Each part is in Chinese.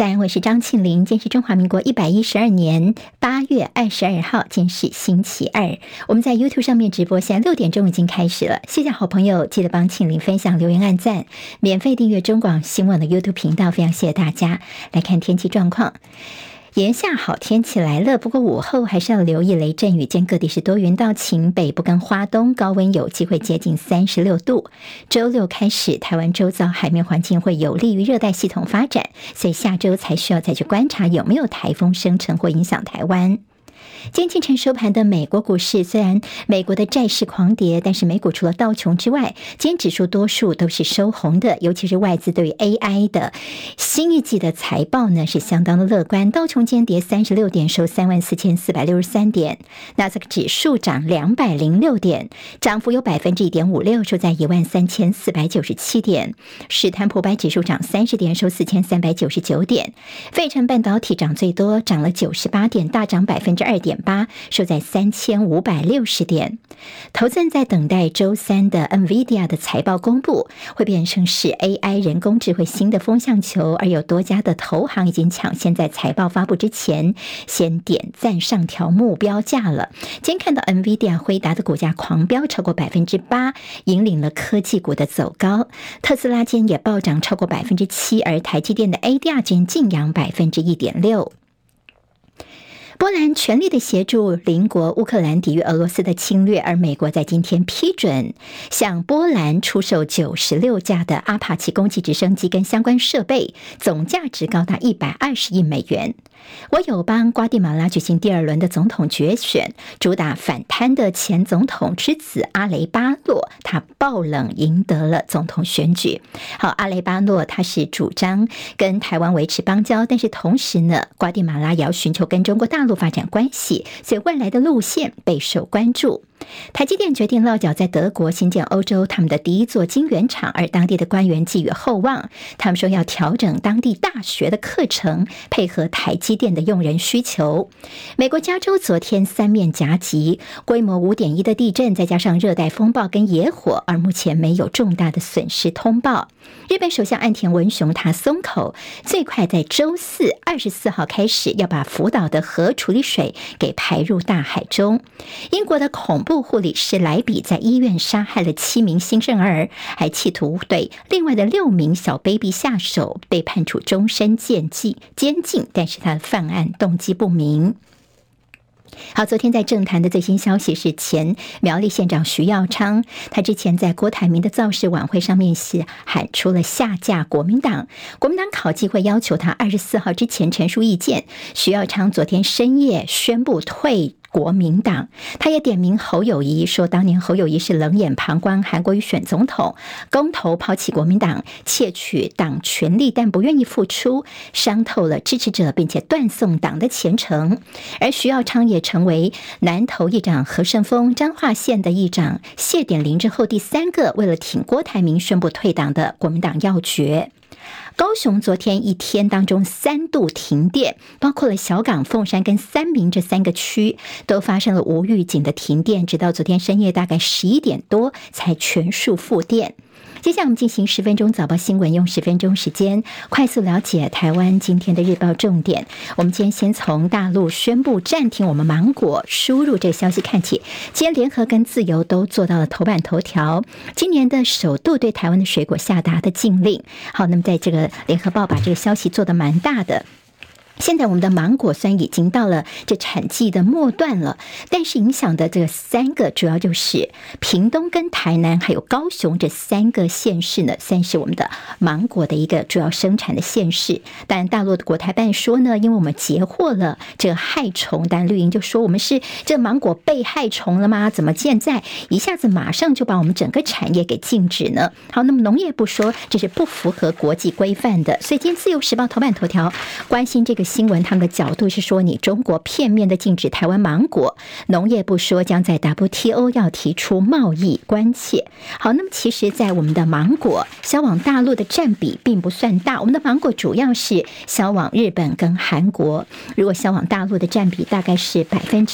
在安，我是张庆玲。今天是中华民国112年8月22号，今天是星期二。我们在 YouTube 上面直播，现在6点钟已经开始了。谢谢好朋友，记得帮庆玲分享、留言、按赞，免费订阅中广新闻网的 YouTube 频道。非常谢谢大家。来看天气状况。炎夏好天气来了，不过午后还是要留意雷阵雨，今天各地是多云到晴，北部跟花东高温有机会接近36度。周六开始，台湾周遭海面环境会有利于热带系统发展，所以下周才需要再去观察有没有台风生成或影响台湾。今天清晨收盘的美国股市，虽然美国的债市狂跌，但是美股除了道琼之外，今天指数多数都是收红的，尤其是外资对于 AI 的新一季的财报呢是相当的乐观。道琼今天跌36点，收34,463点，纳斯达克指数涨206点，涨幅有 1.56%， 收在13,497点。史坦普百指数涨30点，收4,399点。费城半导体涨最多，涨了98点，大涨2.8%，收在3560点。投资人在等待周三的 NVIDIA 的财报公布，会变成是 AI 人工智慧新的风向球，而有多家的投行已经抢先在财报发布之前先点赞上调目标价了。今天看到 NVIDIA 辉达的股价狂飙超过 8%， 引领了科技股的走高。特斯拉今天也暴涨超过 7%， 而台积电的 ADR 今天净扬 1.6%。波兰全力的协助邻国乌克兰抵御俄罗斯的侵略，而美国在今天批准向波兰出售96架的阿帕奇攻击直升机跟相关设备，总价值高达120亿美元。我友邦瓜地马拉举行第二轮的总统决选，主打反贪的前总统之子阿雷巴诺，他爆冷赢得了总统选举。好，阿雷巴诺他是主张跟台湾维持邦交，但是同时呢，瓜地马拉也要寻求跟中国大陆发展关系，所以未来的路线备受关注。台积电决定落脚在德国新建欧洲他们的第一座晶圆厂，而当地的官员寄予厚望，他们说要调整当地大学的课程，配合台积电的用人需求。美国加州昨天3面夹击，规模 5.1 的地震，再加上热带风暴跟野火，而目前没有重大的损失通报。日本首相岸田文雄他松口，最快在周四24号开始要把福岛的核处理水给排入大海中。英国的恐怖护理师莱比在医院杀害了7名新生儿，还企图对另外的6名小 baby 下手，被判处终身监禁，但是他的犯案动机不明。好，昨天在政坛的最新消息是前苗栗县长徐耀昌，他之前在郭台铭的造势晚会上面是喊出了下架国民党，国民党考纪会要求他24号之前陈述意见，徐耀昌昨天深夜宣布退国民党。他也点名侯友宜，说当年侯友宜是冷眼旁观韩国瑜选总统，公投抛弃国民党，窃取党权力但不愿意付出，伤透了支持者，并且断送党的前程。而徐耀昌也成为南投议长何胜峰、彰化县的议长谢点玲之后第3个为了挺郭台铭宣布退党的国民党要诀。高雄昨天一天当中3度停电，包括了小港、凤山跟三民这3个区都发生了无预警的停电，直到昨天深夜大概11点多才全数复电。接下来我们进行10分钟早报新闻，用10分钟时间快速了解台湾今天的日报重点。我们今天先从大陆宣布暂停我们芒果输入这个消息看起，今天联合跟自由都做到了头版头条，今年的首度对台湾的水果下达的禁令。好，那么在这个联合报把这个消息做得蛮大的。现在我们的芒果虽然已经到了这产季的末段了，但是影响的这3个主要就是屏东跟台南还有高雄这3个县市呢，算是我们的芒果的一个主要生产的县市。但大陆的国台办说呢，因为我们截获了这个害虫，但绿营就说我们是这芒果被害虫了吗？怎么现在一下子马上就把我们整个产业给禁止呢？好，那么农业部说这是不符合国际规范的，所以今天自由时报头版头条关心这个个新闻他们的角度是说，你中国片面的禁止台湾芒果，农业部说将在 WTO 要提出贸易关切。好，那么其实在我们的芒果销往大陆的占比并不算大，我们的芒果主要是销往日本跟韩国，如果销往大陆的占比大概是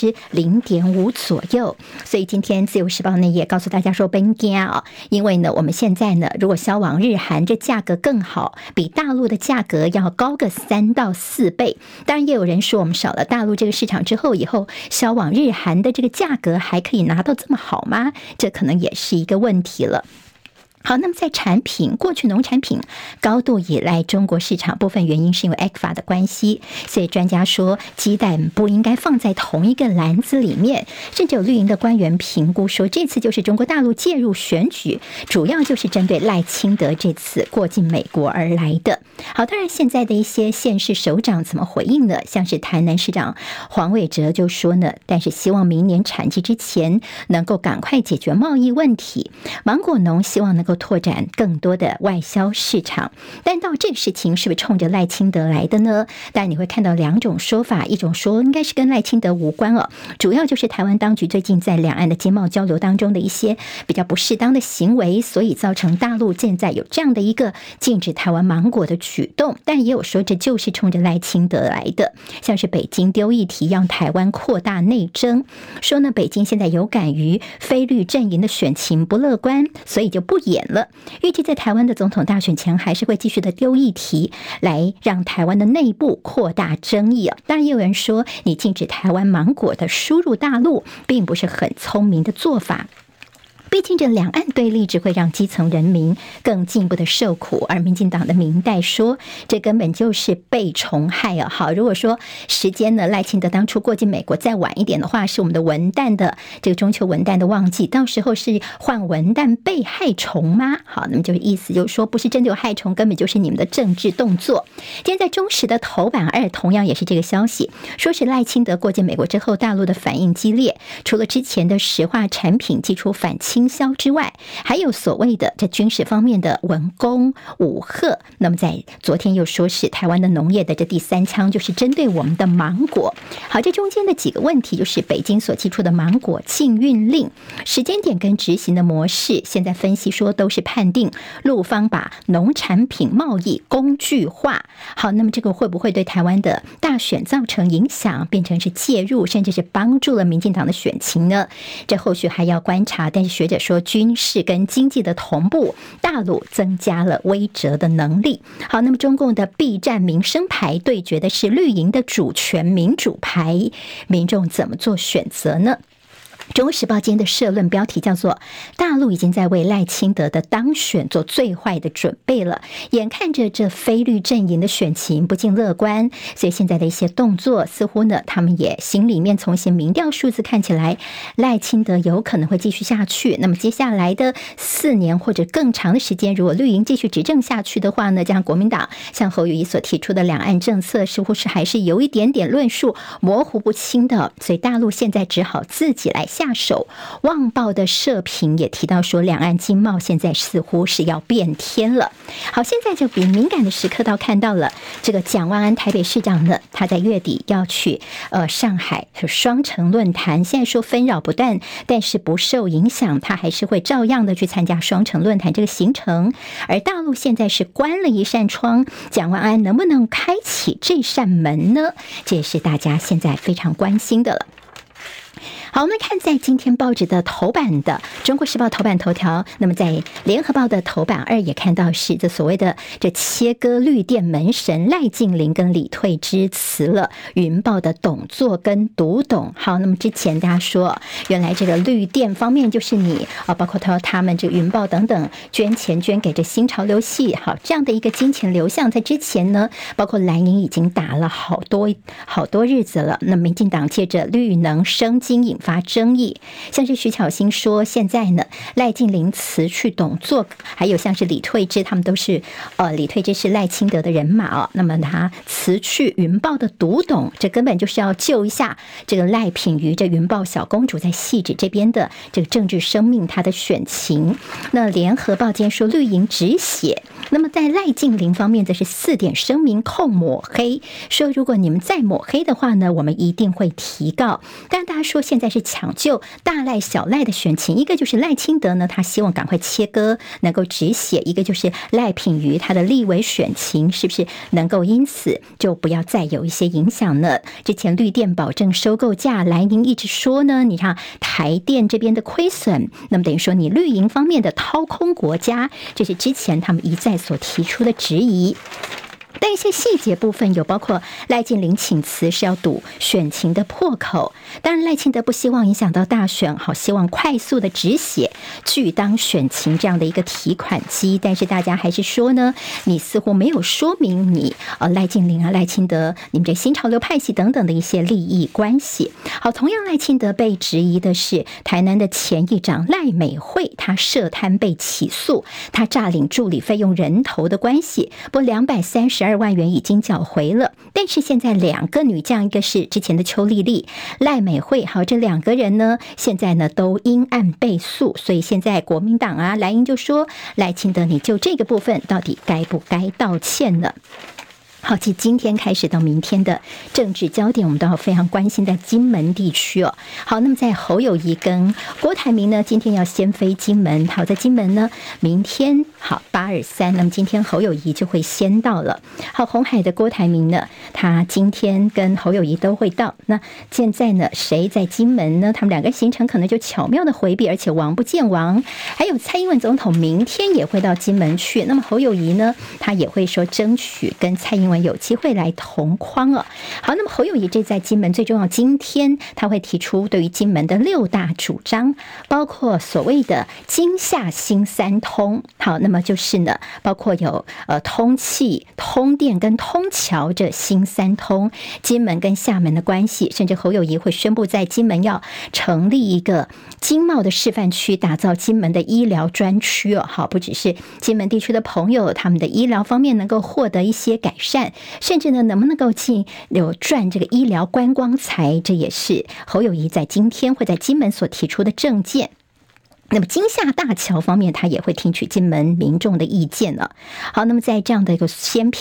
0.5%左右。所以今天自由时报呢也告诉大家说不应该啊，因为呢我们现在呢如果销往日韩，这价格更好，比大陆的价格要高个3到4倍。当然也有人说，我们少了大陆这个市场之后，以后销往日韩的这个价格还可以拿到这么好吗？这可能也是一个问题了。好，那么在产品，过去农产品高度依赖中国市场，部分原因是因为 ECFA 的关系，所以专家说鸡蛋不应该放在同一个篮子里面，甚至有绿营的官员评估说，这次就是中国大陆介入选举，主要就是针对赖清德这次过境美国而来的。好，当然现在的一些县市首长怎么回应呢？像是台南市长黄伟哲就说呢，但是希望明年产季之前能够赶快解决贸易问题，芒果农希望能够拓展更多的外销市场。但到这个事情是不是冲着赖清德来的呢？当然你会看到2种说法，一种说应该是跟赖清德无关哦，主要就是台湾当局最近在两岸的经贸交流当中的一些比较不适当的行为，所以造成大陆现在有这样的一个禁止台湾芒果的举动。但也有说这就是冲着赖清德来的，像是北京丢议题让台湾扩大内争，说呢北京现在有感于非绿阵营的选情不乐观，所以就不演了。预计在台湾的总统大选前还是会继续的丢议题，来让台湾的内部扩大争议啊。当然也有人说，你禁止台湾芒果的输入大陆，并不是很聪明的做法。毕竟这两岸对立只会让基层人民更进一步的受苦，而民进党的民代说这根本就是被虫害啊。好，如果说时间呢赖清德当初过境美国再晚一点的话，是我们的文旦的这个中秋文旦的旺季，到时候是换文旦被害虫吗？好，那么就是意思就是说不是真的有害虫，根本就是你们的政治动作。今天在中时的头版2同样也是这个消息，说是赖清德过境美国之后，大陆的反应激烈，除了之前的石化产品祭出反倾销之外，还有所谓的这军事方面的文攻武吓。那么在昨天又说是台湾的农业的这第3枪，就是针对我们的芒果。好，这中间的几个问题就是北京所提出的芒果禁运令时间点跟执行的模式，现在分析说都是判定陆方把农产品贸易工具化。好，那么这个会不会对台湾的大选造成影响，变成是介入，甚至是帮助了民进党的选情呢？这后续还要观察。但是学者说，军事跟经济的同步，大陆增加了威慑的能力。好，那么中共的避战民生牌对决的是绿营的主权民主牌，民众怎么做选择呢？中国时报今天的社论标题叫做大陆已经在为赖清德的当选做最坏的准备了，眼看着这非绿阵营的选情不尽乐观，所以现在的一些动作似乎呢他们也心里面从一些民调数字看起来赖清德有可能会继续下去。那么接下来的4年或者更长的时间，如果绿营继续执政下去的话呢，这样国民党像侯友宜所提出的两岸政策似乎是还是有一点点论述模糊不清的，所以大陆现在只好自己来下手。旺报的社评也提到说，两岸经贸现在似乎是要变天了。好，现在就比敏感的时刻到看到了这个蒋万安台北市长呢，他在月底要去上海是双城论坛，现在说纷扰不断，但是不受影响，他还是会照样的去参加双城论坛这个行程。而大陆现在是关了一扇窗，蒋万安能不能开启这扇门呢？这也是大家现在非常关心的了。好，我们看在今天报纸的头版的中国时报头版头条，那么在联合报的头版2也看到是这所谓的这切割绿电门神赖静玲跟李退之辞了云豹的董座跟独董。好，那么之前大家说原来这个绿电方面就是你包括他们这个云豹等等捐钱捐给这新潮流系，好，这样的一个金钱流向在之前呢，包括蓝营已经打了好多日子了。那民进党借着绿能生金引发争议。像是徐巧芯说，现在呢赖静玲辞去董座，还有像是李退之，他们都是李退之是赖清德的人马那么他辞去云豹的独董，这根本就是要救一下这个赖品妤这云豹小公主在汐止这边的这个政治生命，她的选情。那联合报今天说绿营止血，那么在赖静玲方面则是4点声明控抹黑，说如果你们再抹黑的话呢，我们一定会提告。但大家说现在是抢救大赖小赖的选情，一个就是赖清德呢，他希望赶快切割能够止血，一个就是赖品妤他的立委选情是不是能够因此就不要再有一些影响呢？之前绿电保证收购价，蓝营一直说呢，你看台电这边的亏损，那么等于说你绿营方面的掏空国家，这是之前他们一再所提出的质疑。但一些细节部分有包括赖静玲请辞是要堵选情的破口，当然赖清德不希望影响到大选，好希望快速的止血拒当选情这样的一个提款机，但是大家还是说呢，你似乎没有说明你赖静玲赖清德你们这新潮流派系等等的一些利益关系。好，同样赖清德被质疑的是台南的前议长赖美惠，他涉贪被起诉，他诈领助理费用人头的关系，不232万元已经缴回了，但是现在2个女将，一个是之前的邱丽丽、赖美惠，好，这2个人呢，现在呢都因案被诉，所以现在国民党蓝营就说赖清德，你就这个部分到底该不该道歉呢？好，继今天开始到明天的政治焦点，我们都要非常关心在金门地区好，那么在侯友宜跟郭台铭呢，今天要先飞金门。好，在金门呢，明天好823，那么今天侯友宜就会先到了。好，鸿海的郭台铭呢，他今天跟侯友宜都会到。那现在呢，谁在金门呢？他们2个行程可能就巧妙的回避，而且王不见王。还有蔡英文总统明天也会到金门去，那么侯友宜呢，他也会说争取跟蔡英文有机会来同框好，那么侯友宜这在金门最重要，今天他会提出对于金门的6大主张，包括所谓的金厦新3通。好，那么就是呢，包括有通气、通电跟通桥这新3通，金门跟厦门的关系，甚至侯友宜会宣布在金门要成立一个经贸的示范区，打造金门的医疗专区好，不只是金门地区的朋友，他们的医疗方面能够获得一些改善，甚至呢，能不能够有赚这个医疗观光财，这也是侯友宜在今天会在金门所提出的政见。那么金厦大桥方面，他也会听取金门民众的意见了。好，那么在这样的一个先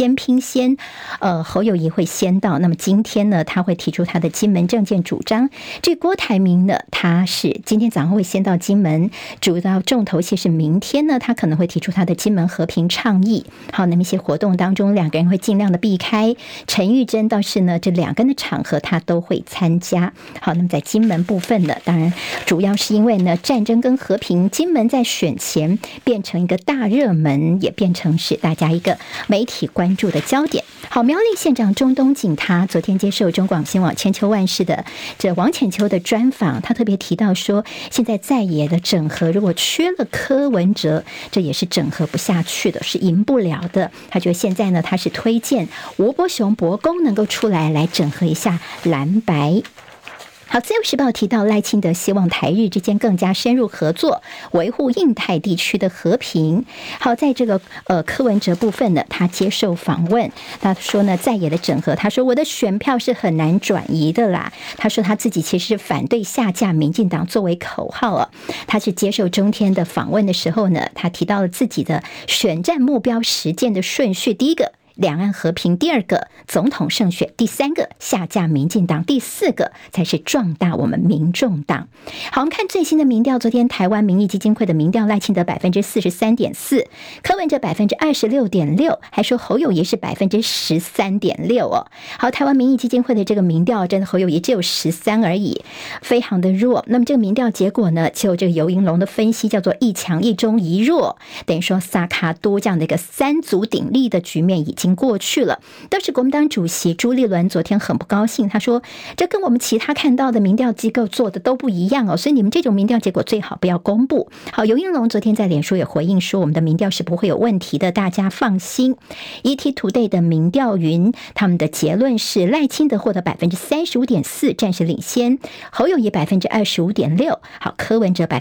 侯友宜会先到。那么今天呢，他会提出他的金门政见主张。这郭台铭呢，他是今天早上会先到金门，主要重头戏是明天呢，他可能会提出他的金门和平倡议。好，那么一些活动当中，2个人会尽量的避开。陈玉珍倒是呢，这2个人的场合他都会参加。好，那么在金门部分呢，当然主要是因为呢战争跟和平，金门在选前变成一个大热门，也变成是大家一个媒体关注的焦点。好，苗栗县长钟东锦他昨天接受中广新闻千秋万世的这王浅秋的专访，他特别提到说，现在在野的整合如果缺了柯文哲，这也是整合不下去的，是赢不了的。他觉得现在呢，他是推荐吴伯雄伯公能够出来整合一下蓝白。好，自由时报提到赖清德希望台日之间更加深入合作，维护印太地区的和平。好，在这个柯文哲部分呢，他接受访问，他说呢，在野的整合，他说我的选票是很难转移的啦。他说他自己其实反对下架民进党作为口号他是接受中天的访问的时候呢，他提到了自己的选战目标实践的顺序，第一个两岸和平，第2个总统胜选，第3个下架民进党，第4个才是壮大我们民众党。好，我们看最新的民调，昨天台湾民意基金会的民调，赖清德 43.4%， 柯文哲 26.6%， 还说侯友宜是 13.6%好，台湾民意基金会的这个民调，真的侯友宜只有13而已，非常的弱。那么这个民调结果呢，就这个游盈隆的分析叫做一强一中一弱，等于说萨卡多这样的一个3足鼎立的局面已经经过去了。但是国民党主席朱立伦昨天很不高兴，他说这跟我们其他看到的民调机构做的都不一样哦，所以你们这种民调结果最好不要公布。好，游盈隆昨天在脸书也回应说，我们的民调是不会有问题的，大家放心。ET Today 的民调云，他们的结论是赖清德获得 35.4%， 暂时领先，侯友宜 25.6%， 好，柯文哲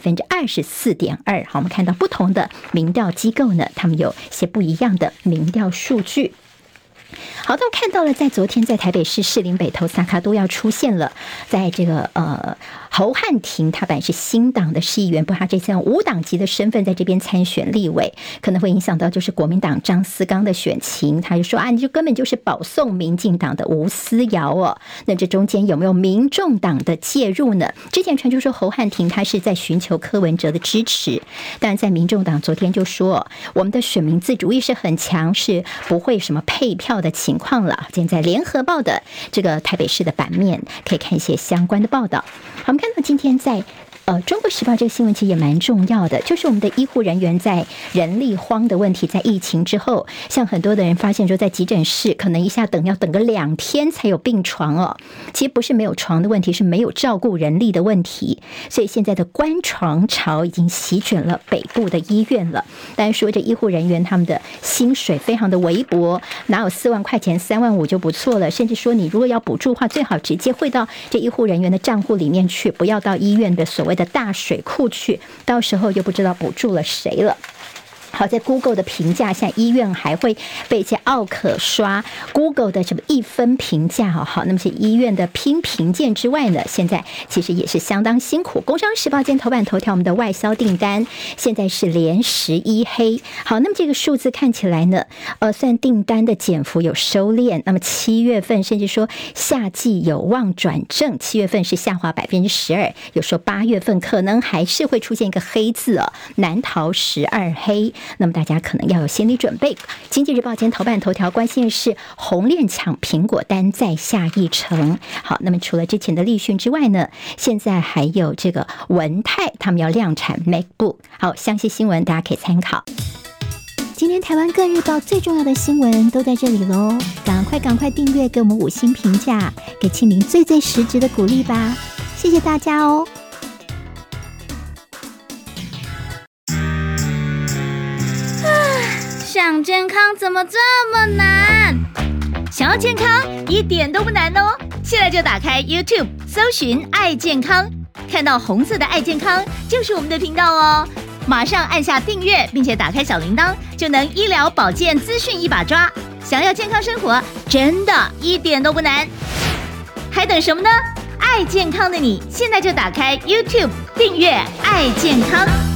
24.2%。 好，我们看到不同的民调机构呢，他们有些不一样的民调数据。好，到看到了，在昨天在台北市士林北投萨卡都要出现了，在这个侯汉廷，他本来是新党的市议员，不过他这次用无党籍的身份在这边参选立委，可能会影响到就是国民党张思刚的选情。他就说啊，你就根本就是保送民进党的吴思瑶哦。那这中间有没有民众党的介入呢？之前传出说侯汉廷他是在寻求柯文哲的支持，但在民众党昨天就说，我们的选民自主意识很强，是不会什么配票的情况了。今天在联合报的这个台北市的版面可以看一些相关的报道。我们看到今天在中国时报这个新闻其实也蛮重要的，就是我们的医护人员在人力荒的问题，在疫情之后，像很多的人发现说，在急诊室可能一下要等个2天才有病床哦。其实不是没有床的问题，是没有照顾人力的问题。所以现在的关床潮已经席卷了北部的医院了。当然说这医护人员他们的薪水非常的微薄，哪有4万块钱，3万5就不错了。甚至说你如果要补助的话，最好直接汇到这医护人员的账户里面去，不要到医院的所谓的大水库去，到时候又不知道补助了谁了。好，在 Google 的评价下，医院还会被一些奥可刷 Google 的什么1分评价。好，那么是医院的拼评鉴之外呢，现在其实也是相当辛苦。工商时报今天头版头条，我们的外销订单现在是连11黑。好，那么这个数字看起来呢，虽然订单的减幅有收敛，那么7月份甚至说夏季有望转正，7月份是下滑 12%， 有说8月份可能还是会出现一个黑字哦，难逃12黑。那么大家可能要有心理准备。经济日报今天头版头条关心的是红链抢苹果单再下一城。好，那么除了之前的立讯之外呢，现在还有这个文泰他们要量产 MacBook。 好，详细新闻大家可以参考。今天台湾各日报最重要的新闻都在这里咯，赶快订阅，给我们5星评价，给庆龄最实质的鼓励吧，谢谢大家哦。 想健康怎么这么难？想要健康一点都不难哦！现在就打开 YouTube 搜寻爱健康，看到红色的爱健康就是我们的频道哦。马上按下订阅，并且打开小铃铛，就能医疗保健资讯一把抓。想要健康生活，真的一点都不难，还等什么呢？爱健康的你，现在就打开 YouTube 订阅爱健康。